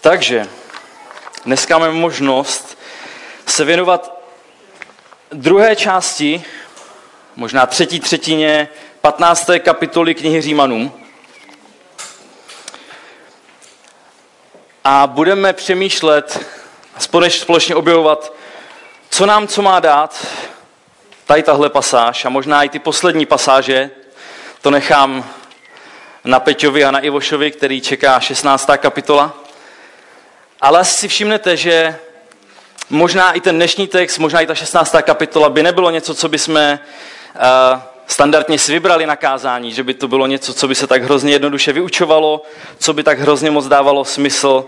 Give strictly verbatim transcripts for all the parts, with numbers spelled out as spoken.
Takže dneska máme možnost se věnovat druhé části, možná třetí třetině, patnácté kapitoly knihy Římanům. A budeme přemýšlet, společně objevovat, co nám co má dát tady tahle pasáž a možná i ty poslední pasáže. To nechám na Peťovi a na Ivošovi, který čeká šestnáctá kapitola. Ale asi si všimnete, že možná i ten dnešní text, možná i ta šestnáctá kapitola by nebylo něco, co bychom uh, standardně si vybrali na kázání, že by to bylo něco, co by se tak hrozně jednoduše vyučovalo, co by tak hrozně moc dávalo smysl.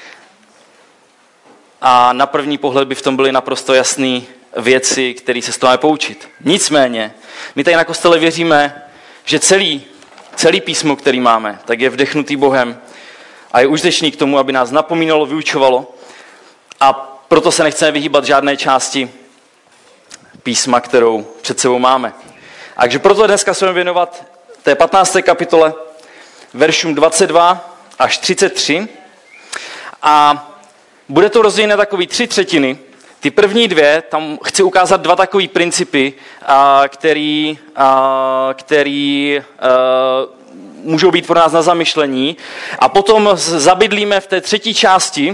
A na první pohled by v tom byly naprosto jasné věci, které se z toho máme poučit. Nicméně, my tady na kostele věříme, že celý, celý písmo, který máme, tak je vdechnutý Bohem a je užitečný k tomu, aby nás napomínalo, vyučovalo. A proto se nechceme vyhýbat žádné části písma, kterou před sebou máme. Takže proto dneska se budeme věnovat té patnácté kapitole, veršům dvacet dva až třicet tři. A bude to rozdělené na takové tři třetiny. Ty první dvě, tam chci ukázat dva takové principy, který, který můžou být pro nás na zamyšlení. A potom zabydlíme v té třetí části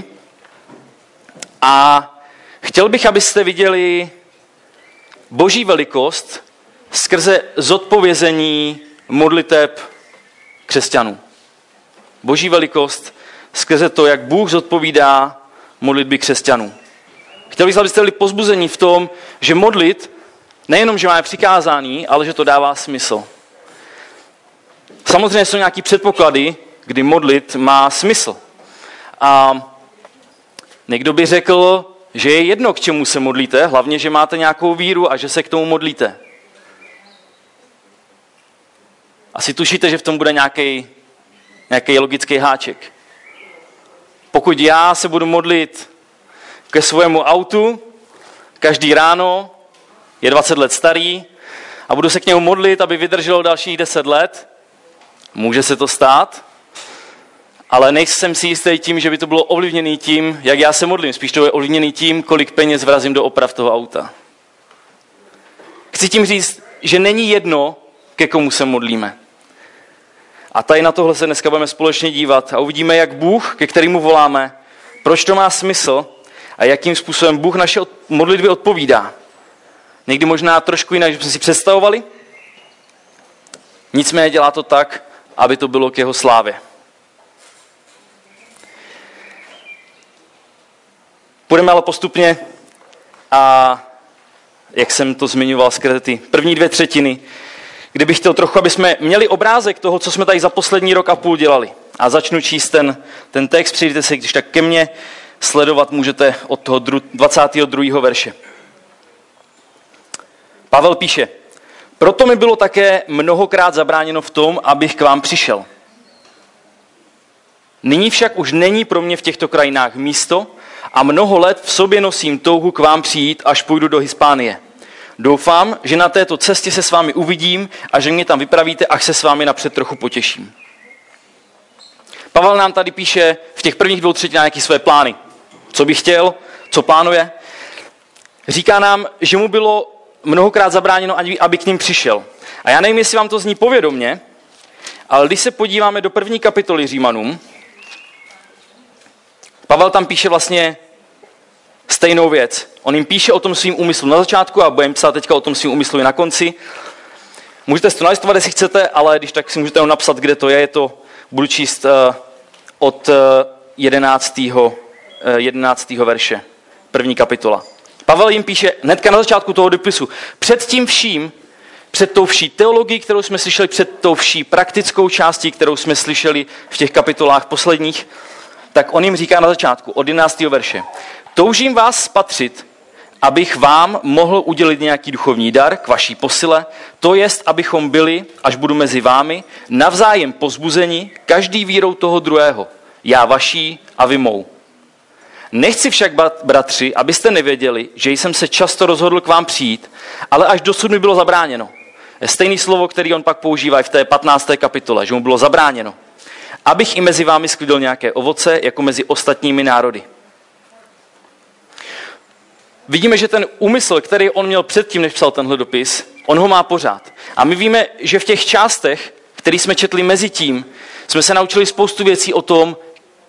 a chtěl bych, abyste viděli Boží velikost skrze zodpovězení modliteb křesťanů. Boží velikost skrze to, jak Bůh zodpovídá modlitby křesťanů. Chtěl bych, abyste byli pozbuzení v tom, že modlit, nejenom, že máme přikázání, ale že to dává smysl. Samozřejmě jsou nějaké předpoklady, kdy modlit má smysl. A někdo by řekl, že je jedno, k čemu se modlíte, hlavně, že máte nějakou víru a že se k tomu modlíte. Asi tušíte, že v tom bude nějaký, nějaký logický háček. Pokud já se budu modlit ke svému autu každý ráno, je dvacet let starý, a budu se k němu modlit, aby vydrželo dalších deset let, může se to stát, ale nejsem si jistý tím, že by to bylo ovlivněný tím, jak já se modlím. Spíš to je ovlivněný tím, kolik peněz vrazím do oprav toho auta. Chci tím říct, že není jedno, ke komu se modlíme. A tady na tohle se dneska budeme společně dívat a uvidíme, jak Bůh, ke kterému voláme, proč to má smysl a jakým způsobem Bůh naše modlitby odpovídá. Někdy možná trošku jinak, než jsme si představovali, nicméně dělá to tak, aby to bylo k jeho slávě. Půjdeme ale postupně a jak jsem to zmiňoval skrze ty první dvě třetiny, kde bych chtěl trochu, aby jsme měli obrázek toho, co jsme tady za poslední rok a půl dělali. A začnu číst ten, ten text, přijdete se, když tak ke mně, sledovat můžete od toho dvacátého druhého verše. Pavel píše, proto mi bylo také mnohokrát zabráněno v tom, abych k vám přišel. Nyní však už není pro mě v těchto krajinách místo a mnoho let v sobě nosím touhu k vám přijít, až půjdu do Hispánie. Doufám, že na této cestě se s vámi uvidím a že mě tam vypravíte, až se s vámi napřed trochu potěším. Pavel nám tady píše v těch prvních dvou třetinách nějaké své plány. Co by chtěl, co plánuje. Říká nám, že mu bylo mnohokrát zabráněno, aby k ním přišel. A já nevím, jestli vám to zní povědomně, ale když se podíváme do první kapitoly Římanům, Pavel tam píše vlastně stejnou věc. On jim píše o tom svým úmyslu na začátku a budeme psát teďka o tom svým úmyslu i na konci. Můžete si to nalistovat, jestli chcete, ale když tak si můžete jenom napsat, kde to je. Je to, budu číst uh, od uh, jedenáctého verše, první kapitola. Pavel jim píše hnedka na začátku toho dopisu. Před tím vším, před tou vší teologií, kterou jsme slyšeli, před tou vší praktickou částí, kterou jsme slyšeli v těch kapitolách posledních, tak on jim říká na začátku, od jedenáctého verše. Toužím vás spatřit, abych vám mohl udělit nějaký duchovní dar k vaší posile, to jest, abychom byli, až budu mezi vámi, navzájem pozbuzeni, každý vírou toho druhého, já vaší a vy mou. Nechci však, bratři, abyste nevěděli, že jsem se často rozhodl k vám přijít, ale až dosud mi bylo zabráněno. Je stejné slovo, které on pak používá i v té patnácté kapitole, že mu bylo zabráněno. abych i mezi vámi sklidil nějaké ovoce, jako mezi ostatními národy. Vidíme, že ten úmysl, který on měl předtím, než psal tenhle dopis, on ho má pořád. A my víme, že v těch částech, které jsme četli mezi tím, jsme se naučili spoustu věcí o tom,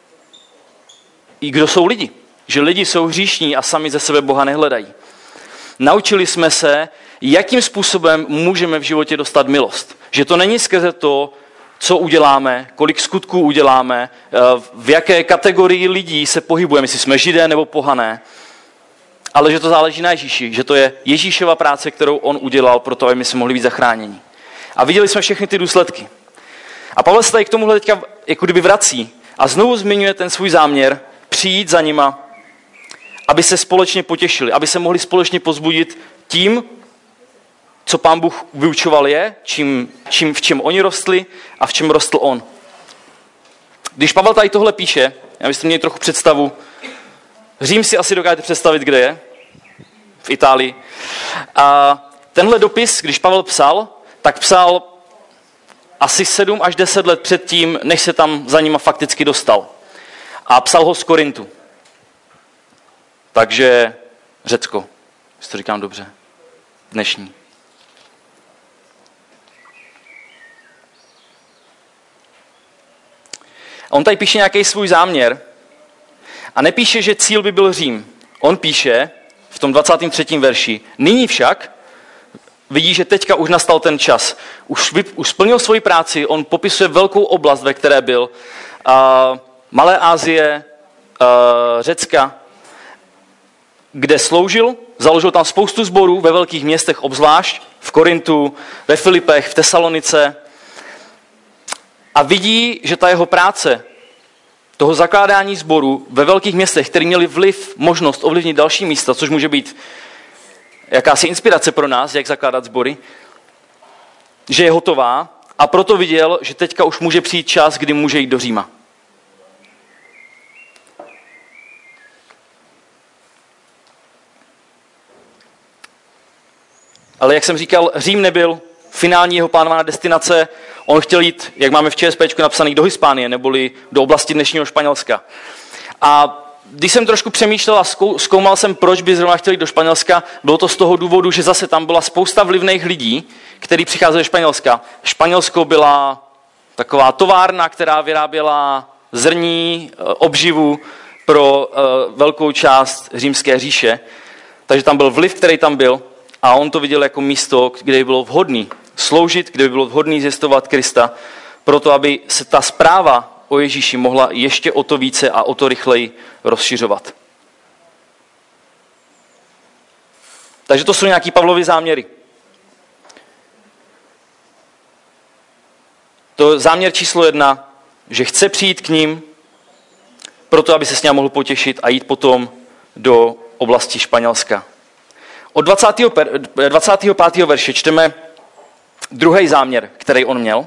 i kdo jsou lidi. Že lidi jsou hříšní a sami ze sebe Boha nehledají. Naučili jsme se, jakým způsobem můžeme v životě dostat milost. Že to není skrze to, co uděláme, kolik skutků uděláme, v jaké kategorii lidí se pohybujeme, jestli jsme Židé nebo pohané, ale že to záleží na Ježíši, že to je Ježíšova práce, kterou on udělal pro to, aby my jsme mohli být zachráněni. A viděli jsme všechny ty důsledky. A Pavel se tady k tomuhle teďka jako kdyby vrací a znovu zmiňuje ten svůj záměr přijít za nima, aby se společně potěšili, aby se mohli společně pozbudit tím, co Pán Bůh vyučoval je, čím, čím, v čem oni rostli a v čem rostl on. Když Pavel tady tohle píše, abyste měli trochu představu, Řím si asi dokážete představit, kde je, v Itálii. A tenhle dopis, když Pavel psal, tak psal asi sedm až deset let předtím, než se tam za nima fakticky dostal. A psal ho z Korintu. Takže Řecko, jestli to říkám dobře, dnešní. A on tady píše nějaký svůj záměr a nepíše, že cíl by byl Řím. On píše v tom dvacátém třetím verši, nyní však vidí, že teďka už nastal ten čas. Už, vy, už splnil svoji práci, on popisuje velkou oblast, ve které byl. Uh, Malé Asie, uh, Řecka, kde sloužil, založil tam spoustu sborů ve velkých městech, obzvlášť v Korintu, ve Filipech, v Tesalonice. A vidí, že ta jeho práce, toho zakládání sborů ve velkých městech, které měli vliv, možnost ovlivnit další místa, což může být jakási inspirace pro nás, jak zakládat sbory, že je hotová a proto viděl, že teďka už může přijít čas, kdy může jít do Říma. Ale jak jsem říkal, Řím nebyl finální jeho plánovaná destinace, on chtěl jít, jak máme v ČSPčku napsaný, do Hispánie, neboli do oblasti dnešního Španělska. A když jsem trošku přemýšlel a zkoumal jsem, proč by zrovna chtěl jít do Španělska, bylo to z toho důvodu, že zase tam byla spousta vlivných lidí, kteří přicházeli do Španělska. Španělsko byla taková továrna, která vyráběla zrní, obživu pro velkou část římské říše. Takže tam byl vliv, který tam byl a on to viděl jako místo, kde by bylo vhodné sloužit, kde by bylo vhodné zjistovat Krista, proto aby se ta zpráva o Ježíši mohla ještě o to více a o to rychleji rozšiřovat. Takže to jsou nějaký Pavlovy záměry. To záměr číslo jedna, že chce přijít k ním, proto aby se s ním mohl potěšit a jít potom do oblasti Španělska. Od dvacátého pátého verše čteme druhý záměr, který on měl.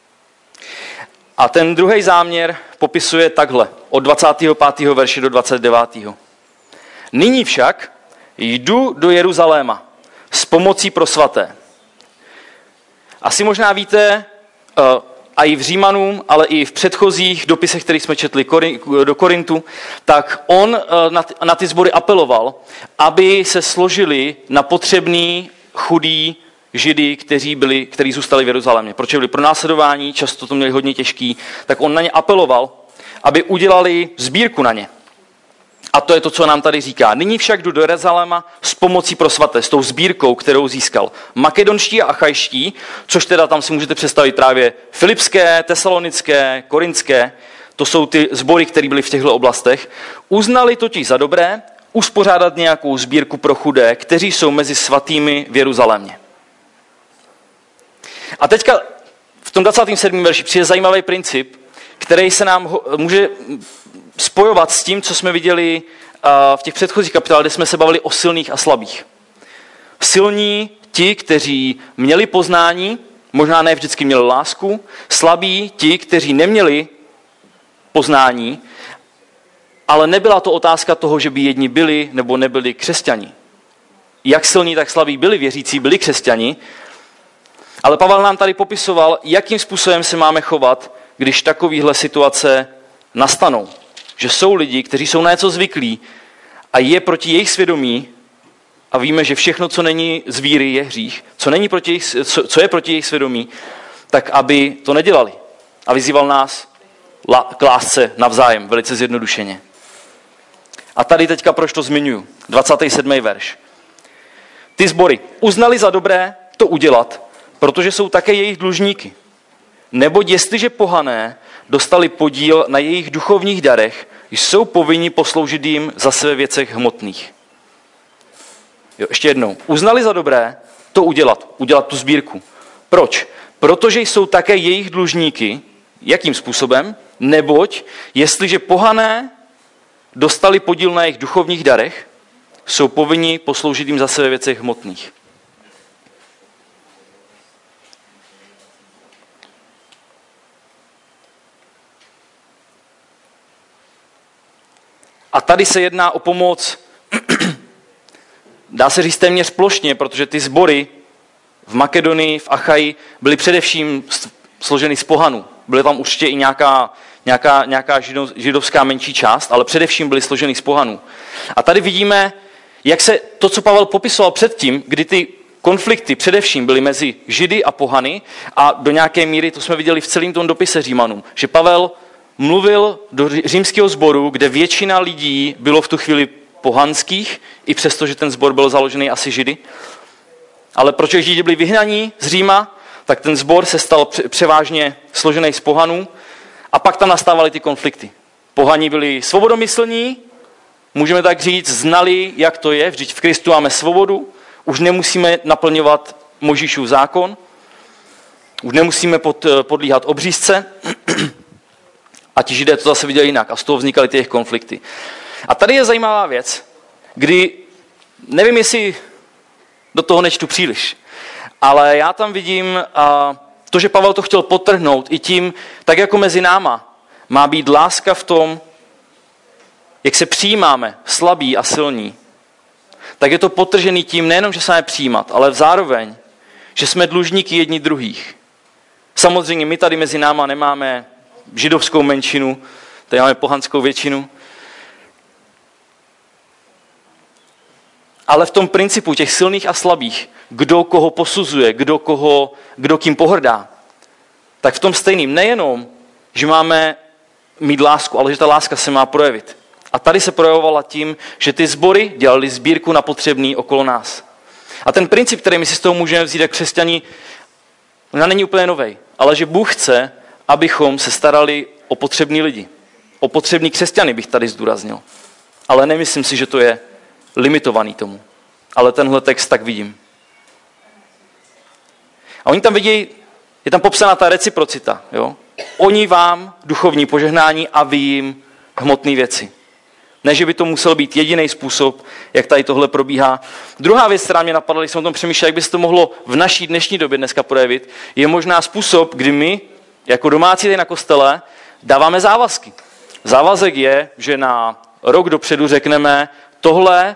A ten druhý záměr popisuje takhle, od dvacátého pátého verše do dvacátého devátého Nyní však jdu do Jeruzaléma s pomocí pro svaté. Asi možná víte, a i v Římanům, ale i v předchozích dopisech, kterých jsme četli do Korintu, tak on na ty sbory apeloval, aby se složili na potřebný, chudý Židy, kteří, byli, kteří zůstali v Jeruzalémě. Protože byli pronásledování, často to měli hodně těžký, tak on na ně apeloval, aby udělali sbírku na ně. A to je to, co nám tady říká. Nyní však jdu do Jeruzaléma s pomocí pro svaté, s tou sbírkou, kterou získal. Makedonští a achajští, což teda tam si můžete představit právě filipské, tesalonické, korinské, to jsou ty sbory, které byly v těchto oblastech, uznali totiž za dobré uspořádat nějakou sbírku pro chudé, kteří jsou mezi svatými v Jeruzalémě. A teďka v tom dvacátém sedmém verši přijde zajímavý princip, který se nám může spojovat s tím, co jsme viděli v těch předchozích kapitolách, kde jsme se bavili o silných a slabých. Silní ti, kteří měli poznání, možná ne vždycky měli lásku, slabí ti, kteří neměli poznání, ale nebyla to otázka toho, že by jedni byli nebo nebyli křesťani. Jak silní, tak slabí byli věřící, byli křesťani, ale Pavel nám tady popisoval, jakým způsobem se máme chovat když takovéhle situace nastanou. Že jsou lidi, kteří jsou na něco zvyklí a je proti jejich svědomí, a víme, že všechno, co není z víry, je hřích, co, není proti jejich, co, co je proti jejich svědomí, tak aby to nedělali. A vyzýval nás k lásce navzájem, velice zjednodušeně. A tady teďka proč to zmiňuji. dvacátý sedmý verš. Ty sbory uznali za dobré to udělat, protože jsou také jejich dlužníky. Neboť jestliže pohané dostali podíl na jejich duchovních darech, jsou povinni posloužit jim za své věcech hmotných. Jo, ještě jednou. Uznali za dobré to udělat, udělat tu sbírku. Proč? Protože jsou také jejich dlužníky. Jakým způsobem? Neboť jestliže pohané dostali podíl na jejich duchovních darech, jsou povinni posloužit jim za své věcech hmotných. A tady se jedná o pomoc, dá se říct téměř plošně, protože ty sbory v Makedonii, v Achaji byly především složeny z pohanů. Byly tam určitě i nějaká, nějaká, nějaká židovská menší část, ale především byly složeny z pohanů. A tady vidíme, jak se to, co Pavel popisoval předtím, kdy ty konflikty především byly mezi Židy a pohany a do nějaké míry, to jsme viděli v celém tom dopise Římanům, že Pavel mluvil do římského sboru, kde většina lidí bylo v tu chvíli pohanských, i přesto, že ten sbor byl založený asi Židy. Ale protože Židi byli vyhnaní z Říma, tak ten sbor se stal převážně složený z pohanů a pak tam nastávaly ty konflikty. Pohani byli svobodomyslní, můžeme tak říct, znali, jak to je, vždyť v Kristu máme svobodu, už nemusíme naplňovat Mojžíšův zákon, už nemusíme pod, podlíhat obřízce a ti Židé to zase viděli jinak a z toho vznikaly ty jejich konflikty. A tady je zajímavá věc, kdy, nevím, jestli do toho nečtu příliš, ale já tam vidím a, to, že Pavel to chtěl podtrhnout i tím, tak jako mezi náma má být láska v tom, jak se přijímáme, slabí a silní, tak je to podtržený tím nejenom, že se máme přijímat, ale zároveň, že jsme dlužníky jedni druhých. Samozřejmě my tady mezi náma nemáme židovskou menšinu, tady máme pohanskou většinu, ale v tom principu těch silných a slabých, kdo koho posuzuje, kdo, koho, kdo kým pohrdá, tak v tom stejným nejenom, že máme mít lásku, ale že ta láska se má projevit. A tady se projevovala tím, že ty sbory dělali sbírku na potřebný okolo nás. A ten princip, který my si z toho můžeme vzít jak křesťani, ona není úplně novej, ale že Bůh chce, abychom se starali o potřebný lidi. O potřebný křesťany bych tady zdůraznil. Ale nemyslím si, že to je limitovaný tomu. Ale tenhle text tak vidím. A oni tam vidí, je tam popsána ta reciprocita. Jo? Oni vám duchovní požehnání a vy jim hmotné věci. Ne, že by to musel být jediný způsob, jak tady tohle probíhá. Druhá věc, která mě napadla, když jsem o tom přemýšlel, jak by se to mohlo v naší dnešní době dneska projevit, je možná způsob, kdy my, jako domácí tady na kostele, dáváme závazky. Závazek je, že na rok dopředu řekneme, tohle,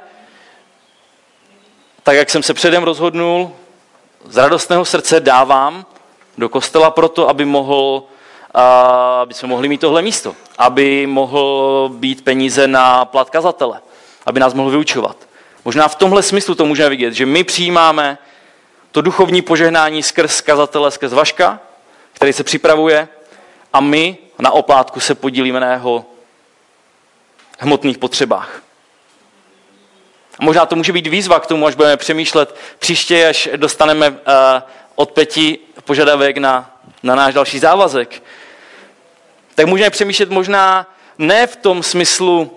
tak jak jsem se předem rozhodnul, z radostného srdce dávám do kostela proto, aby mohl, aby jsme mohli mít tohle místo, aby mohl být peníze na plat kazatele, aby nás mohl vyučovat. Možná v tomhle smyslu to můžeme vidět, že my přijímáme to duchovní požehnání skrz kazatele, skrz Vaška, který se připravuje, a my na oplátku se podílíme na jeho hmotných potřebách. A možná to může být výzva k tomu, až budeme přemýšlet příště, až dostaneme uh, od Peti požadavek na, na náš další závazek. Tak můžeme přemýšlet možná ne v tom smyslu,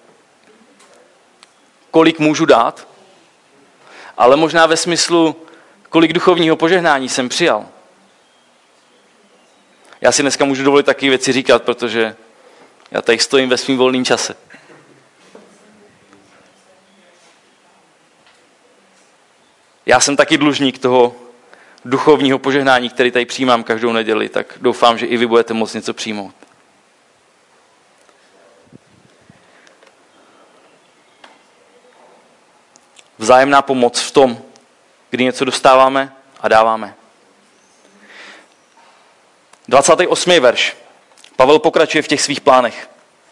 kolik můžu dát, ale možná ve smyslu, kolik duchovního požehnání jsem přijal. Já si dneska můžu dovolit taky věci říkat, protože já tady stojím ve svým volném čase. Já jsem taky dlužník toho duchovního požehnání, který tady přijímám každou neděli, tak doufám, že i vy budete moct něco přijmout. Vzájemná pomoc v tom, kdy něco dostáváme a dáváme. dvacátý osmý verš. Pavel pokračuje v těch svých plánech.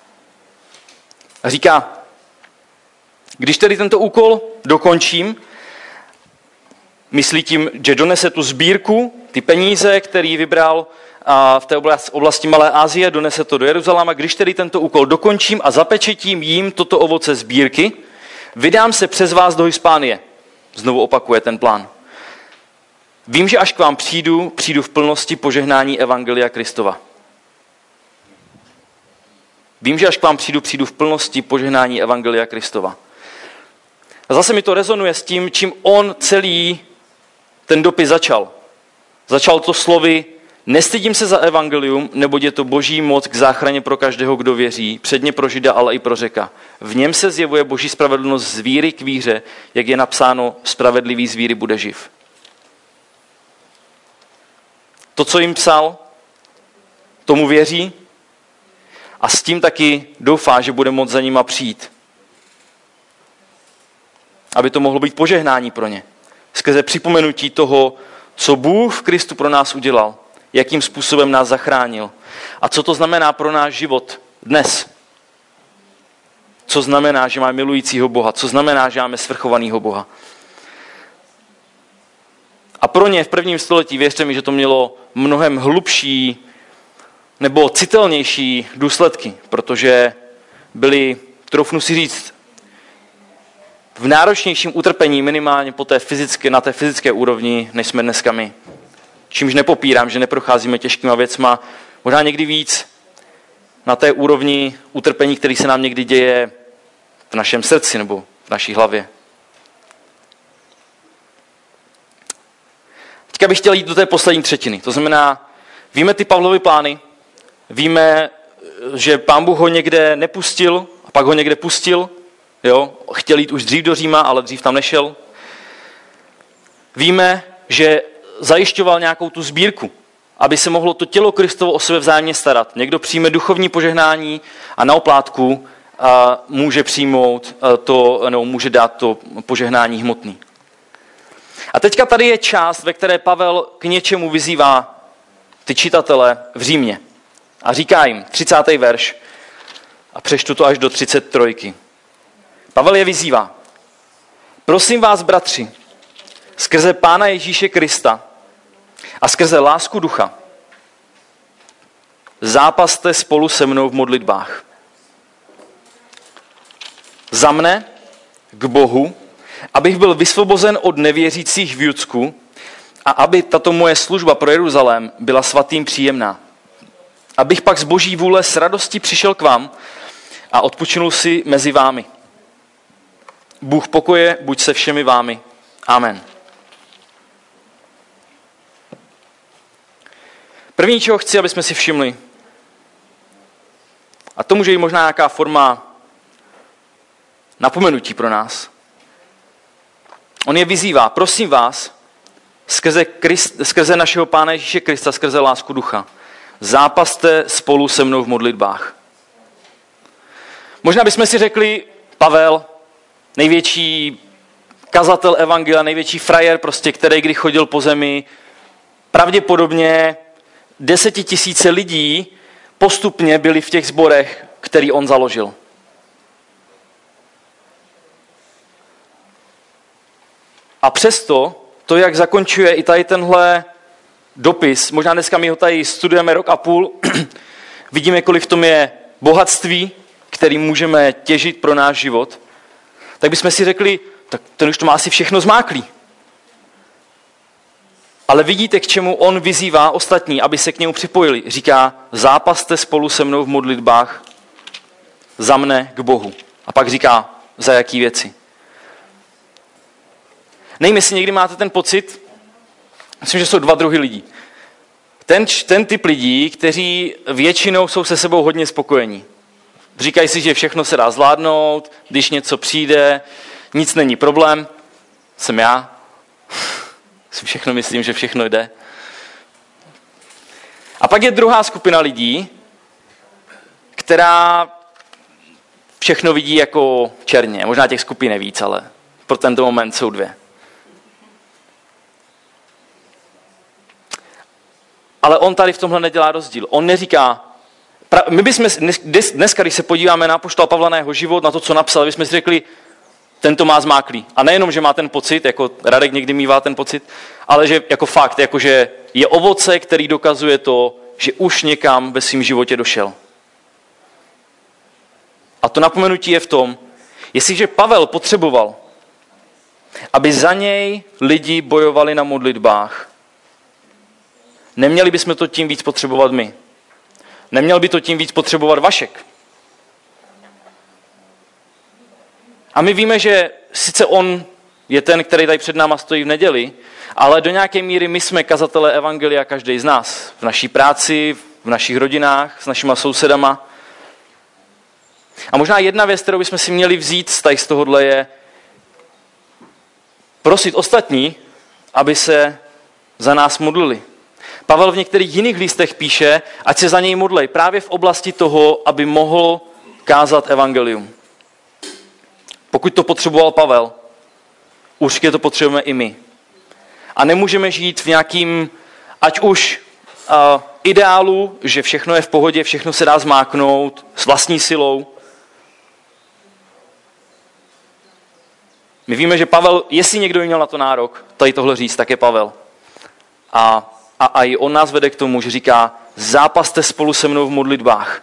A říká, když tedy tento úkol dokončím, myslí tím, že donese tu sbírku, ty peníze, který vybral v té oblasti Malé Asie, donese to do Jeruzaléma. Když tedy tento úkol dokončím a zapečetím jim toto ovoce sbírky, vydám se přes vás do Hispánie. Znovu opakuje ten plán. Vím, že až k vám přijdu, přijdu v plnosti požehnání Evangelia Kristova. Vím, že až k vám přijdu, přijdu v plnosti požehnání Evangelia Kristova. A zase mi to rezonuje s tím, čím on celý ten dopis začal. Začal to slovy, nestydím se za evangelium, neboť je to boží moc k záchraně pro každého, kdo věří, předně pro Žida, ale i pro Řeka. V něm se zjevuje boží spravedlnost z víry k víře, jak je napsáno, spravedlivý z víry bude živ. To, co jim psal, tomu věří a s tím taky doufá, že bude moct za nima přijít. Aby to mohlo být požehnání pro ně. Skrze připomenutí toho, co Bůh v Kristu pro nás udělal, jakým způsobem nás zachránil a co to znamená pro náš život dnes. Co znamená, že máme milujícího Boha, co znamená, že máme svrchovaného Boha. A pro ně v prvním století, věřte mi, že to mělo mnohem hlubší nebo citelnější důsledky, protože byli, troufnu si říct, v náročnějším utrpení minimálně po té fyzické, na té fyzické úrovni, než jsme dneska my. Čímž nepopírám, že neprocházíme těžkýma věcma, možná někdy víc na té úrovni utrpení, který se nám někdy děje v našem srdci nebo v naší hlavě. Teďka bych chtěl jít do té poslední třetiny. To znamená, víme ty Pavlovy plány, víme, že Pán Bůh ho někde nepustil a pak ho někde pustil. Jo? Chtěl jít už dřív do Říma, ale dřív tam nešel. Víme, že zajišťoval nějakou tu sbírku, aby se mohlo to tělo Kristovo o sebe vzájemně starat. Někdo přijme duchovní požehnání a na oplátku a může přijmout to, nebo může dát to požehnání hmotný. A teďka tady je část, ve které Pavel k něčemu vyzývá ty čitatele v Římě. A říká jim, třicátý verš, a přečtu to až do třicet tři. Pavel je vyzývá. Prosím vás, bratři, skrze Pána Ježíše Krista a skrze lásku ducha, zápaste spolu se mnou v modlitbách. Za mne k Bohu, abych byl vysvobozen od nevěřících v Judsku a aby tato moje služba pro Jeruzalém byla svatým příjemná. Abych pak z boží vůle s radostí přišel k vám a odpočinul si mezi vámi. Bůh pokoje, buď se všemi vámi. Amen. První, čeho chci, aby jsme si všimli, a to může být možná nějaká forma napomenutí pro nás. On je vyzývá, prosím vás, skrze, Krist, skrze našeho Pána Ježíše Krista, skrze lásku ducha, zápaste spolu se mnou v modlitbách. Možná bychom si řekli, Pavel, největší kazatel evangelia, největší frajer, prostě, který kdy chodil po zemi, pravděpodobně desetitisíce lidí postupně byli v těch sborech, který on založil. A přesto, to, jak zakončuje i tady tenhle dopis, možná dneska my ho tady studujeme rok a půl, vidíme, kolik v tom je bohatství, který můžeme těžit pro náš život, tak bychom si řekli, tak ten už to má asi všechno zmáklý. Ale vidíte, k čemu on vyzývá ostatní, aby se k němu připojili. Říká, zápaste spolu se mnou v modlitbách za mne k Bohu. A pak říká, za jaký věci. Nevím, jestli někdy máte ten pocit, myslím, že jsou dva druhy lidí. Ten, ten typ lidí, kteří většinou jsou se sebou hodně spokojení. Říkají si, že všechno se dá zvládnout, když něco přijde, nic není problém. Jsem já. Si všechno myslím, že všechno jde. A pak je druhá skupina lidí, která všechno vidí jako černě. Možná těch skupin je víc, ale pro tento moment jsou dvě. Ale on tady v tomhle nedělá rozdíl. On neříká, My bychom dneska, když se podíváme na apoštola Pavla, na jeho život, na to, co napsal, bychom si řekli, ten to má zmáklý. A nejenom, že má ten pocit, jako Radek někdy mívá ten pocit, ale že jako fakt, jako že je ovoce, který dokazuje to, že už někam ve svém životě došel. A to napomenutí je v tom, jestliže Pavel potřeboval, aby za něj lidi bojovali na modlitbách, neměli bychom to tím víc potřebovat my. Neměl by to tím víc potřebovat Vašek. A my víme, že sice on je ten, který tady před náma stojí v neděli, ale do nějaké míry my jsme kazatelé evangelia, každý z nás. V naší práci, v našich rodinách, s našima sousedama. A možná jedna věc, kterou bychom si měli vzít z, z tohohle, je prosit ostatní, aby se za nás modlili. Pavel v některých jiných listech píše, ať se za něj modlej, právě v oblasti toho, aby mohl kázat evangelium. Pokud to potřeboval Pavel, určitě to potřebujeme i my. A nemůžeme žít v nějakým, ať už uh, ideálu, že všechno je v pohodě, všechno se dá zmáknout s vlastní silou. My víme, že Pavel, jestli někdo měl na to nárok, tady tohle říct, tak je Pavel. A, a, a i on nás vede k tomu, že říká, zápaste spolu se mnou v modlitbách.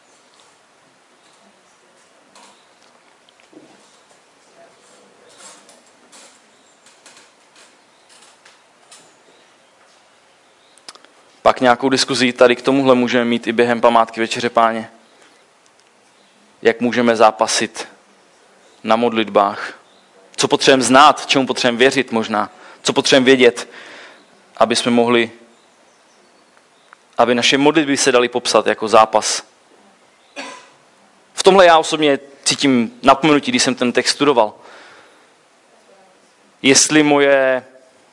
Pak nějakou diskuzi tady k tomuhle můžeme mít i během památky Večeře Páně. Jak můžeme zápasit na modlitbách. Co potřebujeme znát, čemu potřebujeme věřit možná. Co potřebujeme vědět, aby jsme mohli, aby naše modlitby se daly popsat jako zápas. V tomhle já osobně cítím napomenutí, když jsem ten text studoval. Jestli moje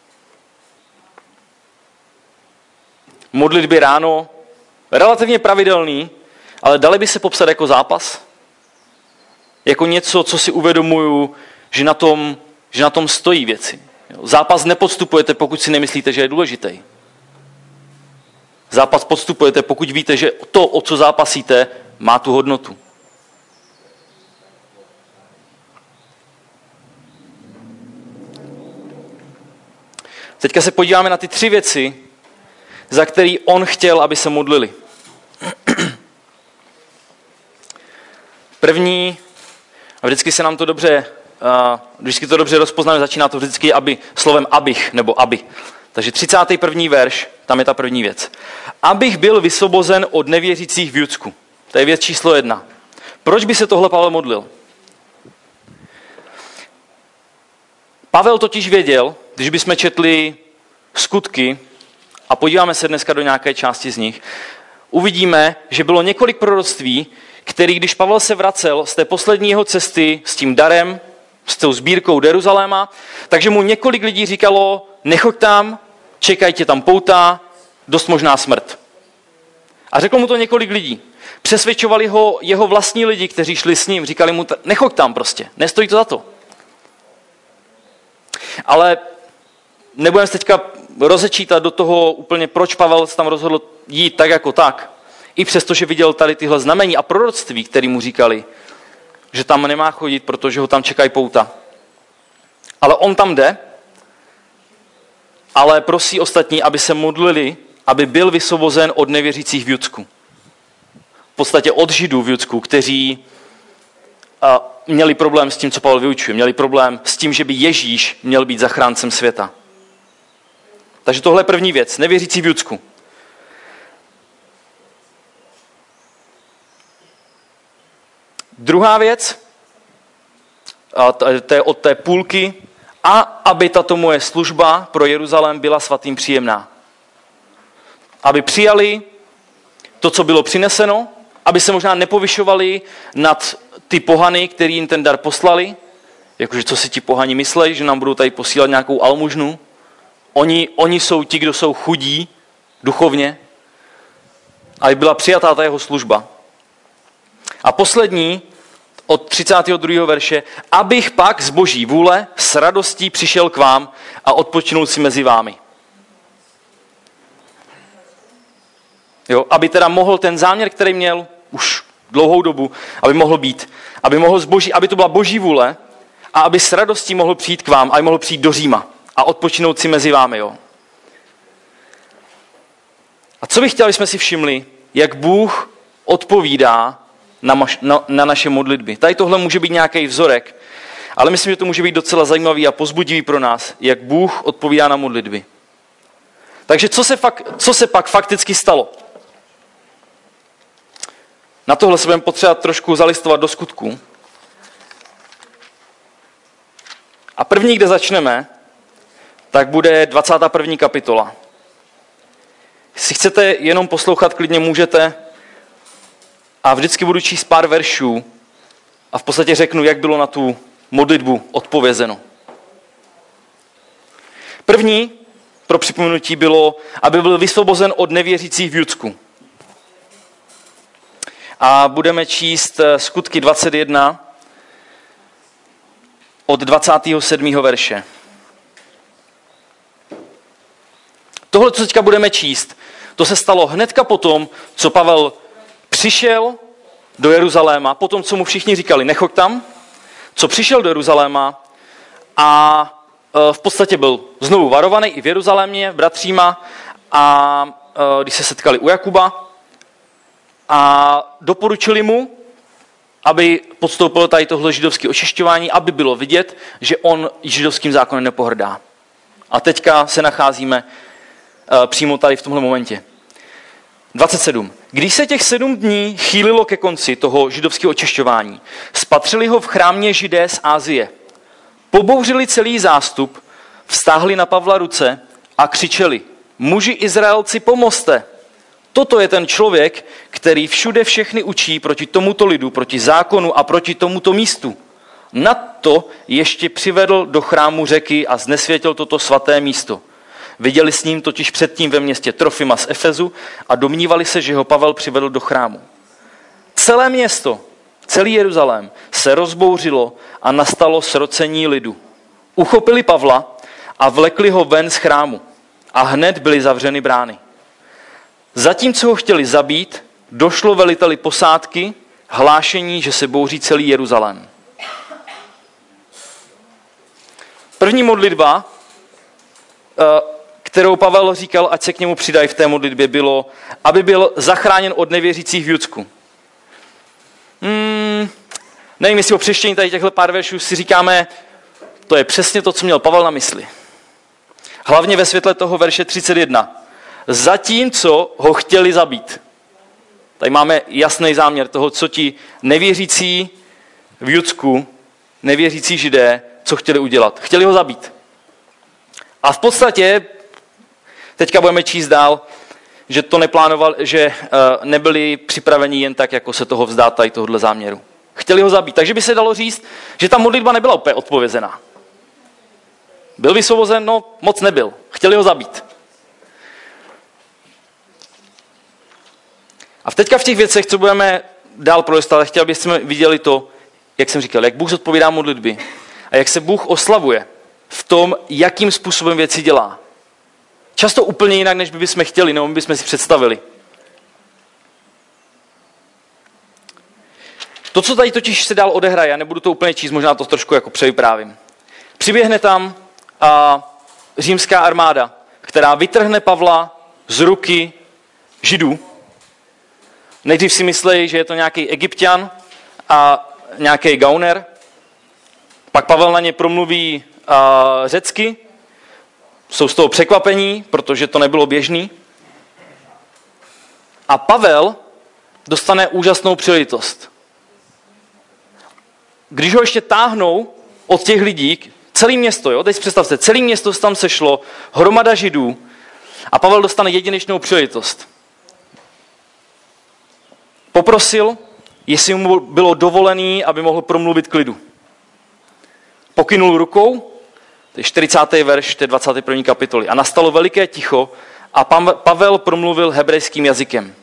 modlitby ráno, relativně pravidelný, ale daly by se popsat jako zápas? Jako něco, co si uvědomuju, že na tom, že na tom stojí věci. Zápas nepodstupujete, pokud si nemyslíte, že je důležitý. Zápas podstupujete, pokud víte, že to, o co zápasíte, má tu hodnotu. Teďka se podíváme na ty tři věci, za který on chtěl, aby se modlili. První, a vždycky se nám to dobře, vždycky to dobře rozpoznáme, začíná to vždycky aby, slovem abych, nebo aby. Takže třicátý první verš, tam je ta první věc. Abych byl vysvobozen od nevěřících v Judsku. To je věc číslo jedna. Proč by se tohle Pavel modlil? Pavel totiž věděl, když bychom četli skutky, a podíváme se dneska do nějaké části z nich, uvidíme, že bylo několik proroctví, který, když Pavel se vracel z té poslední jeho cesty s tím darem, s tou sbírkou do Jeruzaléma, takže mu několik lidí říkalo, nechoď tam, čekají tě tam pouta, dost možná smrt. A řeklo mu to několik lidí. Přesvědčovali ho jeho vlastní lidi, kteří šli s ním, říkali mu, nechoď tam prostě, nestojí to za to. Ale nebudeme se teďka rozečítat do toho úplně, proč Pavel se tam rozhodl jít tak jako tak. I přesto, že viděl tady tyhle znamení a proroctví, které mu říkali, že tam nemá chodit, protože ho tam čekají pouta. Ale on tam jde, ale prosí ostatní, aby se modlili, aby byl vysvobozen od nevěřících v Judsku. V podstatě od Židů v Judsku, kteří a, měli problém s tím, co Pavel vyučuje. Měli problém s tím, že by Ježíš měl být zachráncem světa. Takže tohle je první věc. Nevěřící v Judsku. Druhá věc, a to je od té půlky, a aby tato moje služba pro Jeruzalém byla svatým příjemná. Aby přijali to, co bylo přineseno, aby se možná nepovyšovali nad ty pohany, který jim ten dar poslali, jakože co si ti pohani myslejí, že nám budou tady posílat nějakou almužnu. Oni, oni jsou ti, kdo jsou chudí duchovně, aby byla přijatá ta jeho služba. A poslední, od třicátého druhého verše, abych pak z boží vůle s radostí přišel k vám a odpočinul si mezi vámi. Jo? Aby teda mohl ten záměr, který měl už dlouhou dobu, aby mohl být, aby, mohl zboží, aby to byla boží vůle a aby s radostí mohl přijít k vám, aby mohl přijít do Říma a odpočinout si mezi vámi. Jo? A co bych chtěl, aby jsme si všimli, jak Bůh odpovídá na, maš, na, na naše modlitby. Tady tohle může být nějaký vzorek, ale myslím, že to může být docela zajímavý a pozbudivý pro nás, jak Bůh odpovídá na modlitby. Takže co se, fakt, co se pak fakticky stalo? Na tohle se budeme potřebovat trošku zalistovat do skutků. A první, kde začneme, tak bude dvacátá první kapitola. Jestli chcete jenom poslouchat, klidně můžete. A vždycky budu číst pár veršů a v podstatě řeknu, jak bylo na tu modlitbu odpovězeno. První pro připomenutí bylo, aby byl vysvobozen od nevěřících v Judsku. A budeme číst Skutky dvacet jedna od dvacátého sedmého verše. Tohle, co teďka budeme číst, to se stalo hnedka potom, co Pavel přišel do Jeruzaléma, potom, co mu všichni říkali, nechoď tam, co přišel do Jeruzaléma a v podstatě byl znovu varovaný i v Jeruzalémě, v bratříma, a když se setkali u Jakuba a doporučili mu, aby podstoupil tady tohle židovské očišťování, aby bylo vidět, že on židovským zákonem nepohrdá. A teďka se nacházíme přímo tady v tomhle momentě. dvacet sedm. Když se těch sedm dní chýlilo ke konci toho židovského očišťování, spatřili ho v chrámě Židé z Ázie. Pobouřili celý zástup, vztáhli na Pavla ruce a křičeli: muži Izraelci, pomozte! Toto je ten člověk, který všude všechny učí proti tomuto lidu, proti zákonu a proti tomuto místu. Nadto ještě přivedl do chrámu Řeky a znesvětil toto svaté místo. Viděli s ním totiž předtím ve městě Trofima z Efezu a domnívali se, že ho Pavel přivedl do chrámu. Celé město, celý Jeruzalém se rozbouřilo a nastalo srocení lidu. Uchopili Pavla a vlekli ho ven z chrámu a hned byly zavřeny brány. Zatímco ho chtěli zabít, došlo veliteli posádky hlášení, že se bouří celý Jeruzalém. První modlitba, kterou Pavel říkal, ať se k němu přidají v té modlitbě, bylo, aby byl zachráněn od nevěřících v Judsku. Hmm, nevím, jestli o přečtení tady těchto pár veršů si říkáme, to je přesně to, co měl Pavel na mysli. Hlavně ve světle toho verše třicet jedna. Zatímco ho chtěli zabít. Tady máme jasný záměr toho, co ti nevěřící v Judsku, nevěřící Židé, co chtěli udělat. Chtěli ho zabít. A v podstatě, teďka budeme číst dál, že to neplánoval, že nebyli připraveni jen tak, jako se toho vzdát tady tohohle záměru. Chtěli ho zabít. Takže by se dalo říct, že ta modlitba nebyla úplně odpovězená. Byl vysvobozen? No, moc nebyl. Chtěli ho zabít. A teďka v těch věcech, co budeme dál prolistovat, chtěl bych, jsme viděli to, jak jsem říkal, jak Bůh zodpovídá modlitby a jak se Bůh oslavuje v tom, jakým způsobem věci dělá. Často úplně jinak, než bychom chtěli, nebo bychom si představili. To, co tady totiž se dál odehraje, já nebudu to úplně číst, možná to trošku jako převyprávím. Přiběhne tam a římská armáda, která vytrhne Pavla z ruky Židů. Nejdřív si myslí, že je to nějaký Egypťan a nějaký gauner. Pak Pavel na ně promluví uh, řecky. Jsou z toho překvapení, protože to nebylo běžný. A Pavel dostane úžasnou příležitost. Když ho ještě táhnou od těch lidí, celé město, jo, teď si představte, celé město tam sešlo, hromada Židů a Pavel dostane jedinečnou příležitost. Poprosil, jestli mu bylo dovolené, aby mohl promluvit k lidu. Pokynul rukou, to je čtyřicátý verš té dvacáté první kapitoly. A nastalo veliké ticho a Pavel promluvil hebrejským jazykem.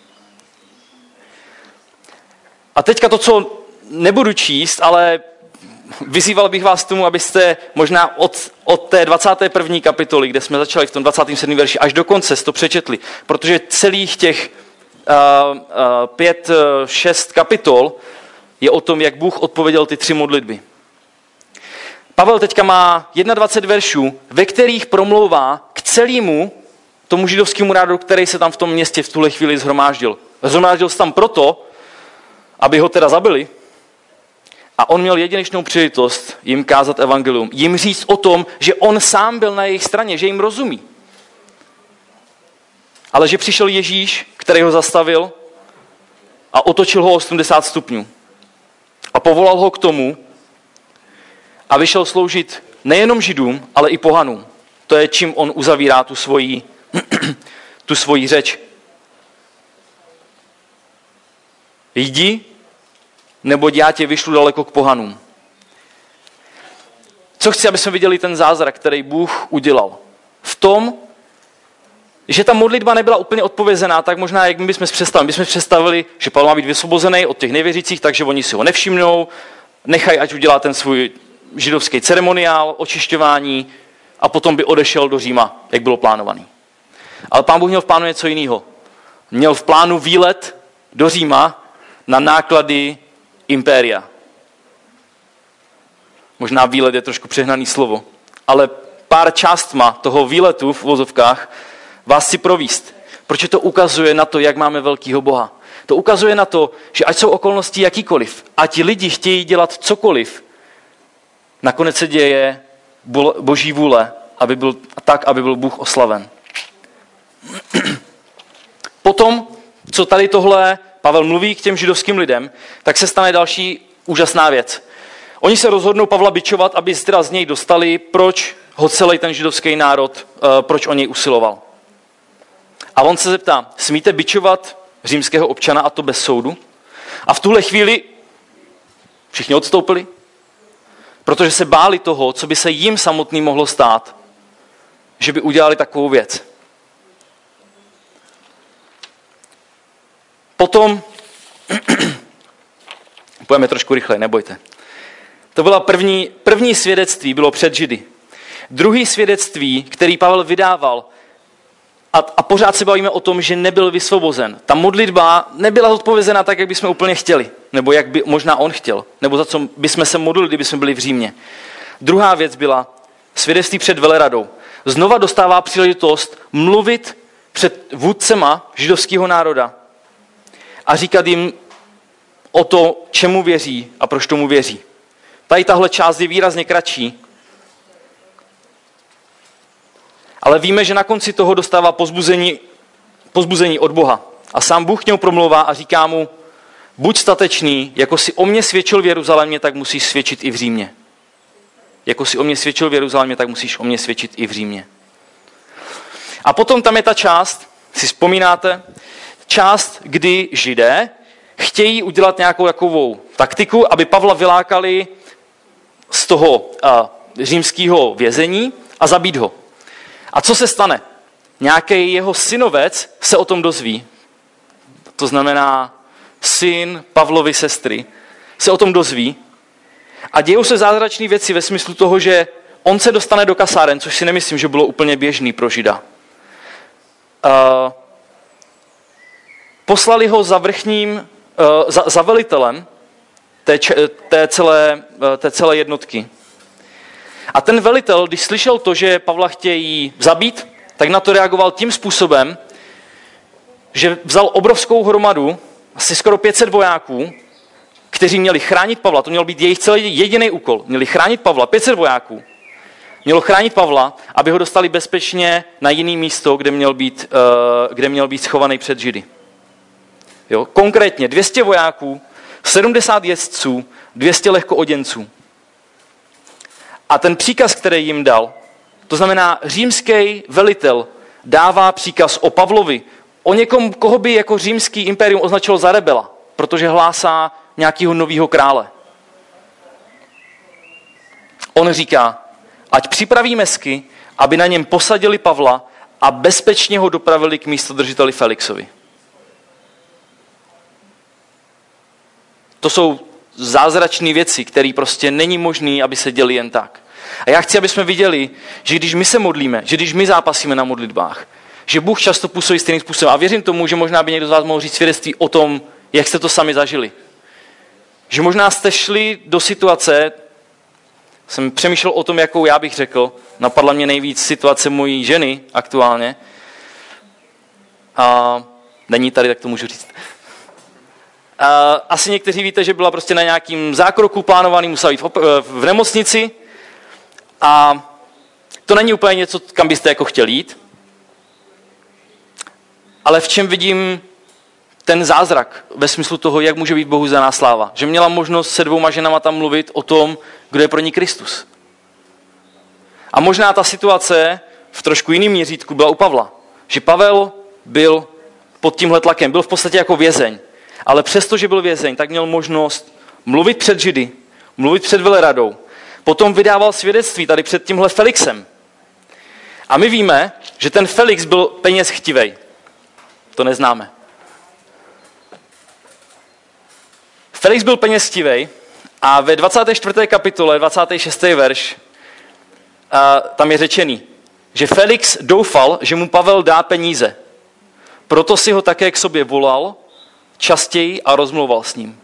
A teďka to, co nebudu číst, ale vyzýval bych vás k tomu, abyste možná od, od té dvacáté první kapitoly, kde jsme začali v tom dvacátém sedmém verši, až do konce to přečetli, protože celých těch pět, šest kapitol je o tom, jak Bůh odpověděl ty tři modlitby. Pavel teďka má dvacet jedna veršů, ve kterých promlouvá k celému tomu židovskému národu, který se tam v tom městě v tuhle chvíli zhromáždil. Zhromáždil se tam proto, aby ho teda zabili, a on měl jedinečnou příležitost jim kázat evangelium, jim říct o tom, že on sám byl na jejich straně, že jim rozumí. Ale že přišel Ježíš, který ho zastavil a otočil ho o osmdesát stupňů. A povolal ho k tomu, a vyšel sloužit nejenom Židům, ale i pohanům. To je, čím on uzavírá tu svoji, tu svoji řeč. Jdi, neboť já tě vyšlu daleko k pohanům. Co chci, aby jsme viděli ten zázrak, který Bůh udělal? V tom, že ta modlitba nebyla úplně odpovězená, tak možná, jak my bychom si představili. My jsme představili, že Pavel má být vysvobozený od těch nevěřících, takže oni si ho nevšimnou, nechají, ať udělá ten svůj židovský ceremoniál, očišťování a potom by odešel do Říma, jak bylo plánovaný. Ale Pán Bůh měl v plánu něco jiného. Měl v plánu výlet do Říma na náklady impéria. Možná výlet je trošku přehnaný slovo, ale pár částma toho výletu v uvozovkách vás si províst. Protože to ukazuje na to, jak máme velkýho Boha. To ukazuje na to, že ať jsou okolnosti jakýkoliv, ať lidi chtějí dělat cokoliv, nakonec se děje Boží vůle, aby byl tak, aby byl Bůh oslaven. Potom, co tady tohle Pavel mluví k těm židovským lidem, tak se stane další úžasná věc. Oni se rozhodnou Pavla bičovat, aby teda z něj dostali, proč ho celý ten židovský národ, proč o něj usiloval. A on se zeptá, smíte bičovat římského občana, a to bez soudu? A v tuhle chvíli všichni odstoupili, protože se báli toho, co by se jim samotným mohlo stát, že by udělali takovou věc. Potom, pojďme trošku rychleji, nebojte. To byla první, první svědectví, bylo před Židy. Druhý svědectví, který Pavel vydával, a, a pořád se bavíme o tom, že nebyl vysvobozen. Ta modlitba nebyla odpovězena tak, jak bychom úplně chtěli, nebo jak by možná on chtěl, nebo za co bychom se modlili, kdyby jsme byli v Římě. Druhá věc byla svědectví před veleradou. Znova dostává příležitost mluvit před vůdcema židovského národa a říkat jim o to, čemu věří a proč tomu věří. Tady tahle část je výrazně kratší, ale víme, že na konci toho dostává pozbuzení, pozbuzení od Boha. A sám Bůh k němu promlouvá a říká mu, buď statečný, jako si o mě svědčil v Jeruzalémě, tak musíš svědčit i v Římě. Jako si o mě svědčil v Jeruzalémě, tak musíš o mě svědčit i v Římě. A potom tam je ta část, si vzpomínáte, část, kdy Židé chtějí udělat nějakou takovou taktiku, aby Pavla vylákali z toho uh, římského vězení a zabít ho. A co se stane? Nějaký jeho synovec se o tom dozví. To znamená syn Pavlovy sestry se o tom dozví a dějou se zázračné věci ve smyslu toho, že on se dostane do kasáren, což si nemyslím, že bylo úplně běžný pro Žida. Uh, poslali ho za vrchním, uh, za, za velitelem té, té, celé, té celé jednotky. A ten velitel, když slyšel to, že Pavla chtějí zabít, tak na to reagoval tím způsobem, že vzal obrovskou hromadu, asi skoro pět set vojáků, kteří měli chránit Pavla. To měl být jejich celý jediný úkol. Měli chránit Pavla, pět set vojáků. Mělo chránit Pavla, aby ho dostali bezpečně na jiné místo, kde měl být, uh, kde měl být schovaný před Židy. Jo? Konkrétně dvě stě vojáků, sedmdesát jezdců, dvě stě lehkooděnců. A ten příkaz, který jim dal, to znamená římský velitel dává příkaz o Pavlovi, o někom, koho by jako římský impérium označilo za rebela, protože hlásá nějakého nového krále. On říká, ať připraví mesky, aby na něm posadili Pavla a bezpečně ho dopravili k místodržiteli Felixovi. To jsou zázračné věci, které prostě není možné, aby se děly jen tak. A já chci, aby jsme viděli, že když my se modlíme, že když my zápasíme na modlitbách, že Bůh často působí stejným způsobem. A věřím tomu, že možná by někdo z vás mohl říct svědectví o tom, jak jste to sami zažili. Že možná jste šli do situace, jsem přemýšlel o tom, jakou já bych řekl, napadla mě nejvíc situace mojí ženy aktuálně. A není tady, tak to můžu říct. A asi někteří víte, že byla prostě na nějakým zákroku plánovaný, musela být v, v nemocnici a to není úplně něco, kam byste jako chtěli jít. Ale v čem vidím ten zázrak ve smyslu toho, jak může být Bohu daná sláva. Že měla možnost se dvouma ženama tam mluvit o tom, kdo je pro ní Kristus. A možná ta situace v trošku jiném měřítku byla u Pavla. Že Pavel byl pod tímhle tlakem, byl v podstatě jako vězeň. Ale přesto, že byl vězeň, tak měl možnost mluvit před Židy, mluvit před veleradou. Potom vydával svědectví tady před tímhle Felixem. A my víme, že ten Felix byl peněz chtivej. To neznáme. Felix byl peněz chtivej a ve dvacáté čtvrté kapitole, dvacátý šestý verš, a tam je řečený, že Felix doufal, že mu Pavel dá peníze. Proto si ho také k sobě volal častěji a rozmlouval s ním.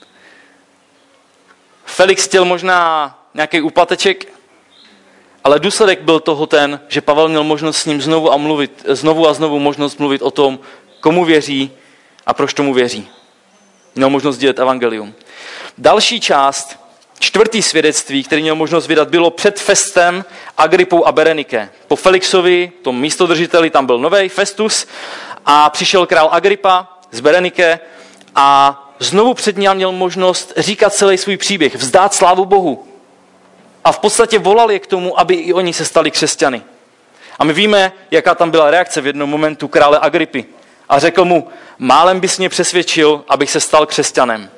Felix chtěl možná nějaký úplateček, ale důsledek byl toho ten, že Pavel měl možnost s ním znovu a, mluvit, znovu a znovu možnost mluvit o tom, komu věří a proč tomu věří. Měl možnost dělat evangelium. Další část, čtvrtý svědectví, který měl možnost vydat, bylo před Festem, Agripou a Berenike. Po Felixovi, tom místodržiteli, tam byl novej Festus a přišel král Agripa z Berenike a znovu před ním měl možnost říkat celý svůj příběh, vzdát slávu Bohu. A v podstatě volal je k tomu, aby i oni se stali křesťany. A my víme, jaká tam byla reakce v jednom momentu krále Agripy. A řekl mu, málem bys mě přesvědčil, abych se stal křesťanem.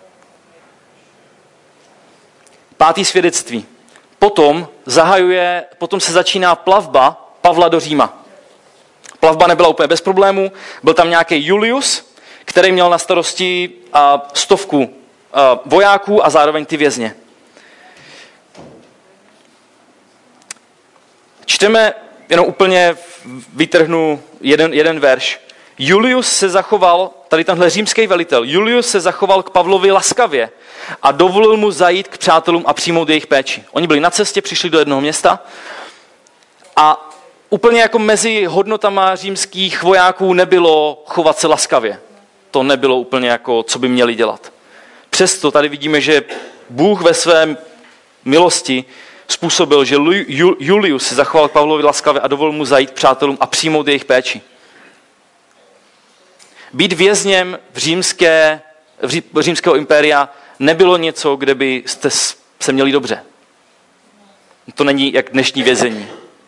Pátý svědectví. Potom zahajuje, potom se začíná plavba Pavla do Říma. Plavba nebyla úplně bez problémů. Byl tam nějaký Julius, který měl na starosti a, stovku a, vojáků a zároveň ty vězně. Čteme, jenom úplně vytrhnu jeden, jeden verš. Julius se zachoval, tady tenhle římský velitel, Julius se zachoval k Pavlovi laskavě a dovolil mu zajít k přátelům a přijmout jejich péči. Oni byli na cestě, přišli do jednoho města a úplně jako mezi hodnotama římských vojáků nebylo chovat se laskavě. To nebylo úplně jako, co by měli dělat. Přesto tady vidíme, že Bůh ve své milosti způsobil, že Julius se zachoval k Pavlovi laskavě a dovolil mu zajít k přátelům a přijmout jejich péči. Být vězněm v římské, v římského impéria nebylo něco, kde byste se měli dobře. To není jak dnešní vězení.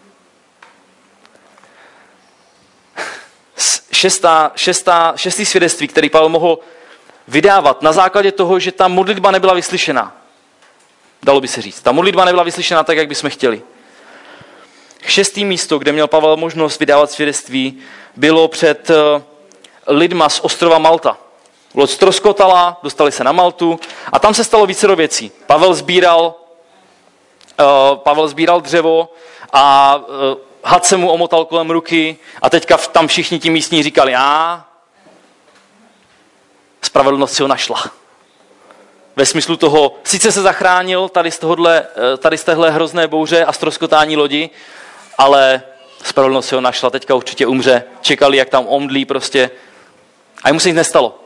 Šestá, šestá, šestý svědectví, který Pavel mohl vydávat na základě toho, že ta modlitba nebyla vyslyšená. Dalo by se říct. Ta modlitba nebyla vyslyšená tak, jak bychom chtěli. Šestý místo, kde měl Pavel možnost vydávat svědectví, bylo před lidma z ostrova Malta. Loď ztroskotala, dostali se na Maltu a tam se stalo vícero věcí. Pavel sbíral, uh, Pavel sbíral dřevo a uh, had se mu omotal kolem ruky a teďka tam všichni ti místní říkali, a spravedlnost si ho našla. Ve smyslu toho, sice se zachránil tady z, tohodle, tady z téhle hrozné bouře a ztroskotání lodi, ale spravedlnost si ho našla, teďka určitě umře. Čekali, jak tam omdlí prostě. A jemu se nic nestalo.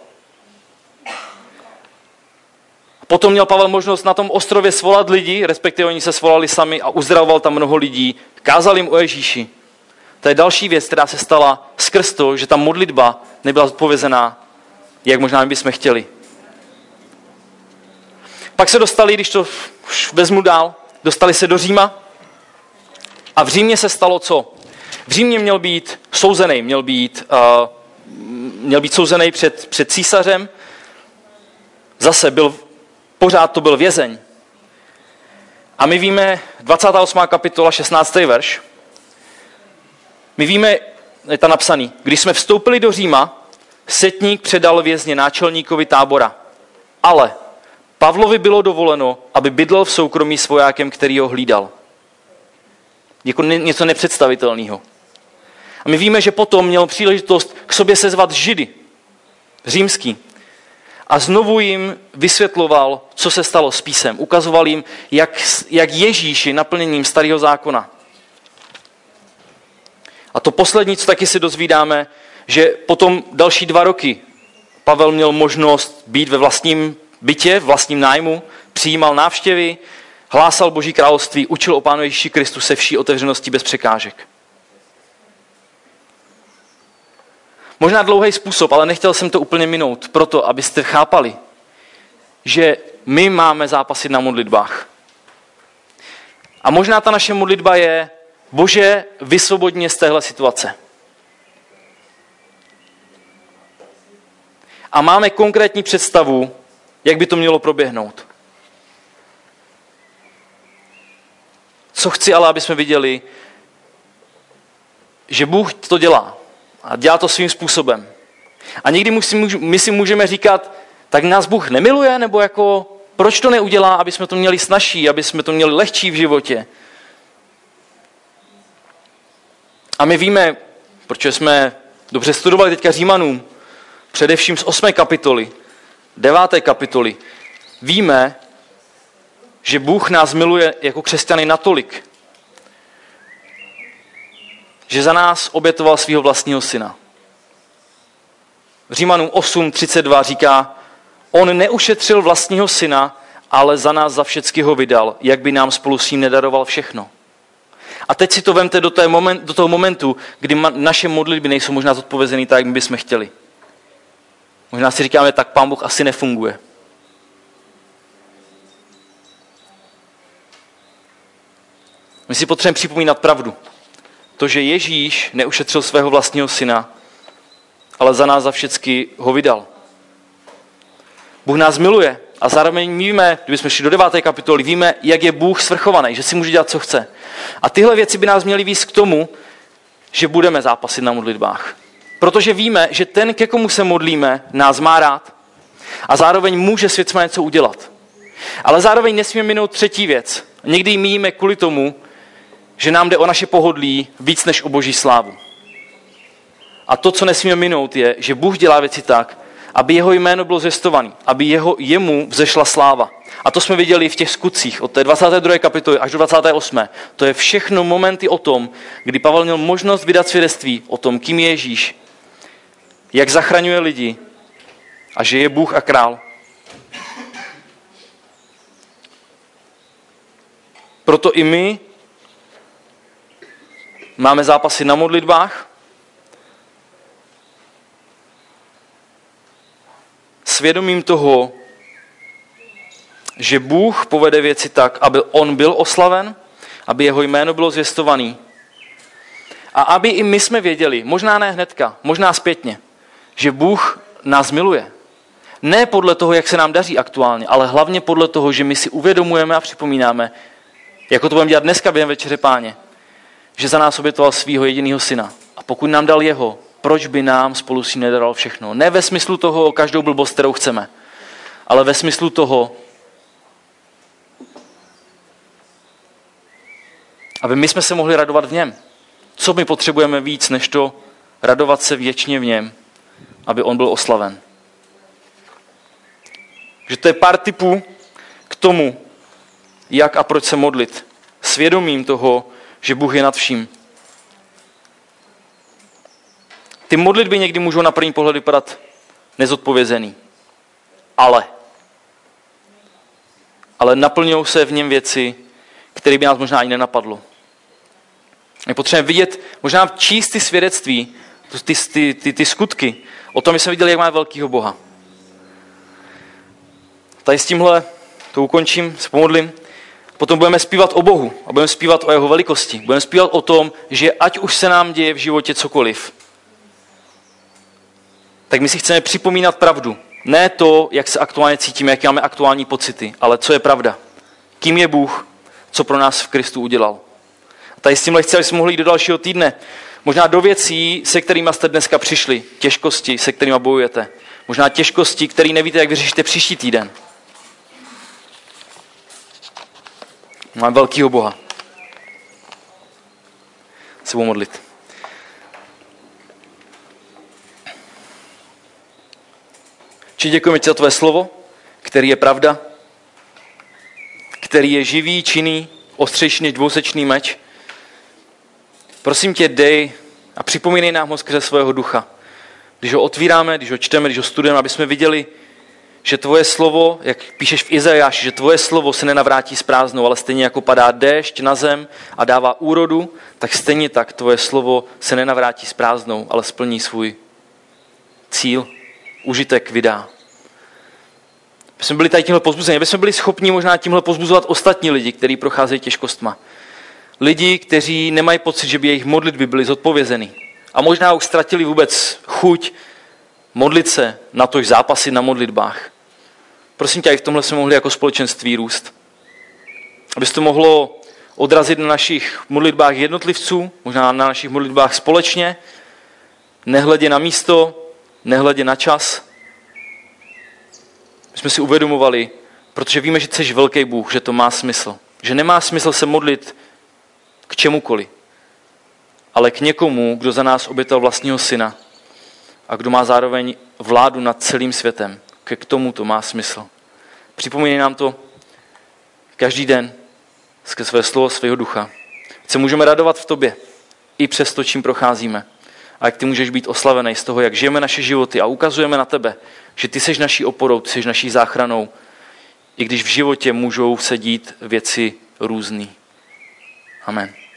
Potom měl Pavel možnost na tom ostrově svolat lidi, respektive oni se svolali sami a uzdravoval tam mnoho lidí. Kázal jim o Ježíši. To je další věc, která se stala skrz to, že ta modlitba nebyla zodpovězená, jak možná my bychom chtěli. Pak se dostali, když to už vezmu dál, dostali se do Říma a v Římě se stalo co? V Římě měl být souzený, měl být, uh, měl být souzený před, před císařem, zase byl, pořád to byl vězeň. A my víme, dvacátá osmá kapitola, šestnáctý verš, my víme, je tam napsaný, když jsme vstoupili do Říma, setník předal vězně náčelníkovi tábora, ale Pavlovi bylo dovoleno, aby bydlel v soukromí s vojákem, který ho hlídal. Jako něco nepředstavitelného. A A my víme, že potom měl příležitost k sobě sezvat Židy, římský. A znovu jim vysvětloval, co se stalo s písem. Ukazoval jim, jak, jak Ježíš je naplněním starého zákona. A to poslední, co taky si dozvídáme, že potom další dva roky Pavel měl možnost být ve vlastním bytě, v vlastním nájmu, přijímal návštěvy, hlásal Boží království, učil o Pánu Ježíši Kristu se vší otevřeností bez překážek. Možná dlouhý způsob, ale nechtěl jsem to úplně minout, proto abyste chápali, že my máme zápasit na modlitbách. A možná ta naše modlitba je: Bože, vysvoboď mě z téhle situace. A máme konkrétní představu, jak by to mělo proběhnout. Co chci ale, aby jsme viděli, že Bůh to dělá. A dělá to svým způsobem. A někdy my si můžeme říkat, tak nás Bůh nemiluje, nebo jako, proč to neudělá, aby jsme to měli snazší, aby jsme to měli lehčí v životě. A my víme, protože jsme dobře studovali teďka Římanům, především z osmé kapitoly, deváté kapitoly, víme, že Bůh nás miluje jako křesťany natolik, že za nás obětoval svého vlastního syna. Římanům osm třicet dva říká, on neušetřil vlastního syna, ale za nás za všecky ho vydal, jak by nám spolu s ním nedaroval všechno. A teď si to vemte do, té moment, do toho momentu, kdy ma, naše modlitby nejsou možná zodpovězený tak, jak my bychom chtěli. Možná si říkáme, tak Pán Bůh asi nefunguje. My si potřebujeme připomínat pravdu. To, že Ježíš neušetřil svého vlastního syna, ale za nás za všecky ho vydal. Bůh nás miluje a zároveň víme, kdybychom šli do deváté kapitoly, víme, jak je Bůh svrchovaný, že si může dělat, co chce. A tyhle věci by nás měly vést k tomu, že budeme zápasit na modlitbách. Protože víme, že ten, ke komu se modlíme, nás má rád a zároveň může s věcmi něco udělat. Ale zároveň nesmíme minout třetí věc. Někdy ji míjíme kvůli tomu, že nám jde o naše pohodlí víc než o Boží slávu. A to, co nesmíme minout, je, že Bůh dělá věci tak, aby jeho jméno bylo zvěstované, aby jeho, jemu vzešla sláva. A to jsme viděli v těch skutcích od té dvacáté druhé kapitoly až do dvacáté osmé To je všechno momenty o tom, kdy Pavel měl možnost vydat svědectví o tom, kým je Ježíš, jak zachraňuje lidi a že je Bůh a král. Proto i my máme zápasy na modlitbách, svědomím toho, že Bůh povede věci tak, aby on byl oslaven, aby jeho jméno bylo zvěstované. A aby i my jsme věděli, možná ne hnedka, možná zpětně, že Bůh nás miluje. Ne podle toho, jak se nám daří aktuálně, ale hlavně podle toho, že my si uvědomujeme a připomínáme, jako to budeme dělat dneska během Večeře Páně, že za nás obětoval svého jediného syna. A pokud nám dal jeho, proč by nám spolu s ním nedaral všechno? Ne ve smyslu toho každou blbost, kterou chceme, ale ve smyslu toho, aby my jsme se mohli radovat v něm. Co my potřebujeme víc, než to radovat se věčně v něm, aby on byl oslaven. Že to je pár tipů k tomu, jak a proč se modlit. Svědomím toho, že Bůh je nad vším. Ty modlitby někdy můžou na první pohled vypadat nezodpovězený. Ale. Ale naplňují se v něm věci, které by nás možná ani nenapadlo. My potřebujeme vidět, možná číst ty svědectví, ty, ty, ty, ty skutky, o tom, že jsme viděli, jak máme velkýho Boha. Tady s tímhle to ukončím, se pomodlím. Potom budeme zpívat o Bohu a budeme zpívat o jeho velikosti. Budeme zpívat o tom, že ať už se nám děje v životě cokoliv, tak my si chceme připomínat pravdu. Ne to, jak se aktuálně cítíme, jaké máme aktuální pocity, ale co je pravda. Kým je Bůh, co pro nás v Kristu udělal. A tady s tímhle chci, abychom mohli jít do dalšího týdne. Možná do věcí, se kterými jste dneska přišli. Těžkosti, se kterými bojujete. Možná těžkosti, které nevíte, jak vyřešíte příští týden. Máme velkýho Boha. Se budu modlit. Či děkujeme ti za tvé slovo, který je pravda, který je živý, činný, ostřejší než dvousečný meč. Prosím tě, dej a připomínej nám ho skrze svého ducha. Když ho otvíráme, když ho čteme, když ho studujeme, aby jsme viděli, že tvoje slovo, jak píšeš v Izajáši, že tvoje slovo se nenavrátí s prázdnou, ale stejně jako padá déšť na zem a dává úrodu, tak stejně tak tvoje slovo se nenavrátí s prázdnou, ale splní svůj cíl, užitek vydá. Aby jsme byli tady tímhle pozbuzeni, aby jsme byli schopni možná tímhle pozbuzovat ostatní lidi, kteří procházejí těžkostma. Lidi, kteří nemají pocit, že by jejich modlitby byly zodpovězeny. A možná už ztratili vůbec chuť modlit se, na tož zápasit na modlitbách. Prosím tě, aby v tomhle jsme mohli jako společenství růst. Aby se to mohlo odrazit na našich modlitbách jednotlivců, možná na našich modlitbách společně, nehledě na místo, nehledě na čas. My jsme si uvědomovali, protože víme, že jsi velký Bůh, že to má smysl. Že nemá smysl se modlit k čemukoliv, ale k někomu, kdo za nás obětoval vlastního syna a kdo má zároveň vládu nad celým světem. K tomu to má smysl. Připomínej nám to každý den skrze své slovo, svého ducha. Se můžeme radovat v tobě, i přes to, čím procházíme. A jak ty můžeš být oslavený z toho, jak žijeme naše životy a ukazujeme na tebe, že ty seš naší oporou, ty seš naší záchranou, i když v životě můžou se dít věci různý. Amen.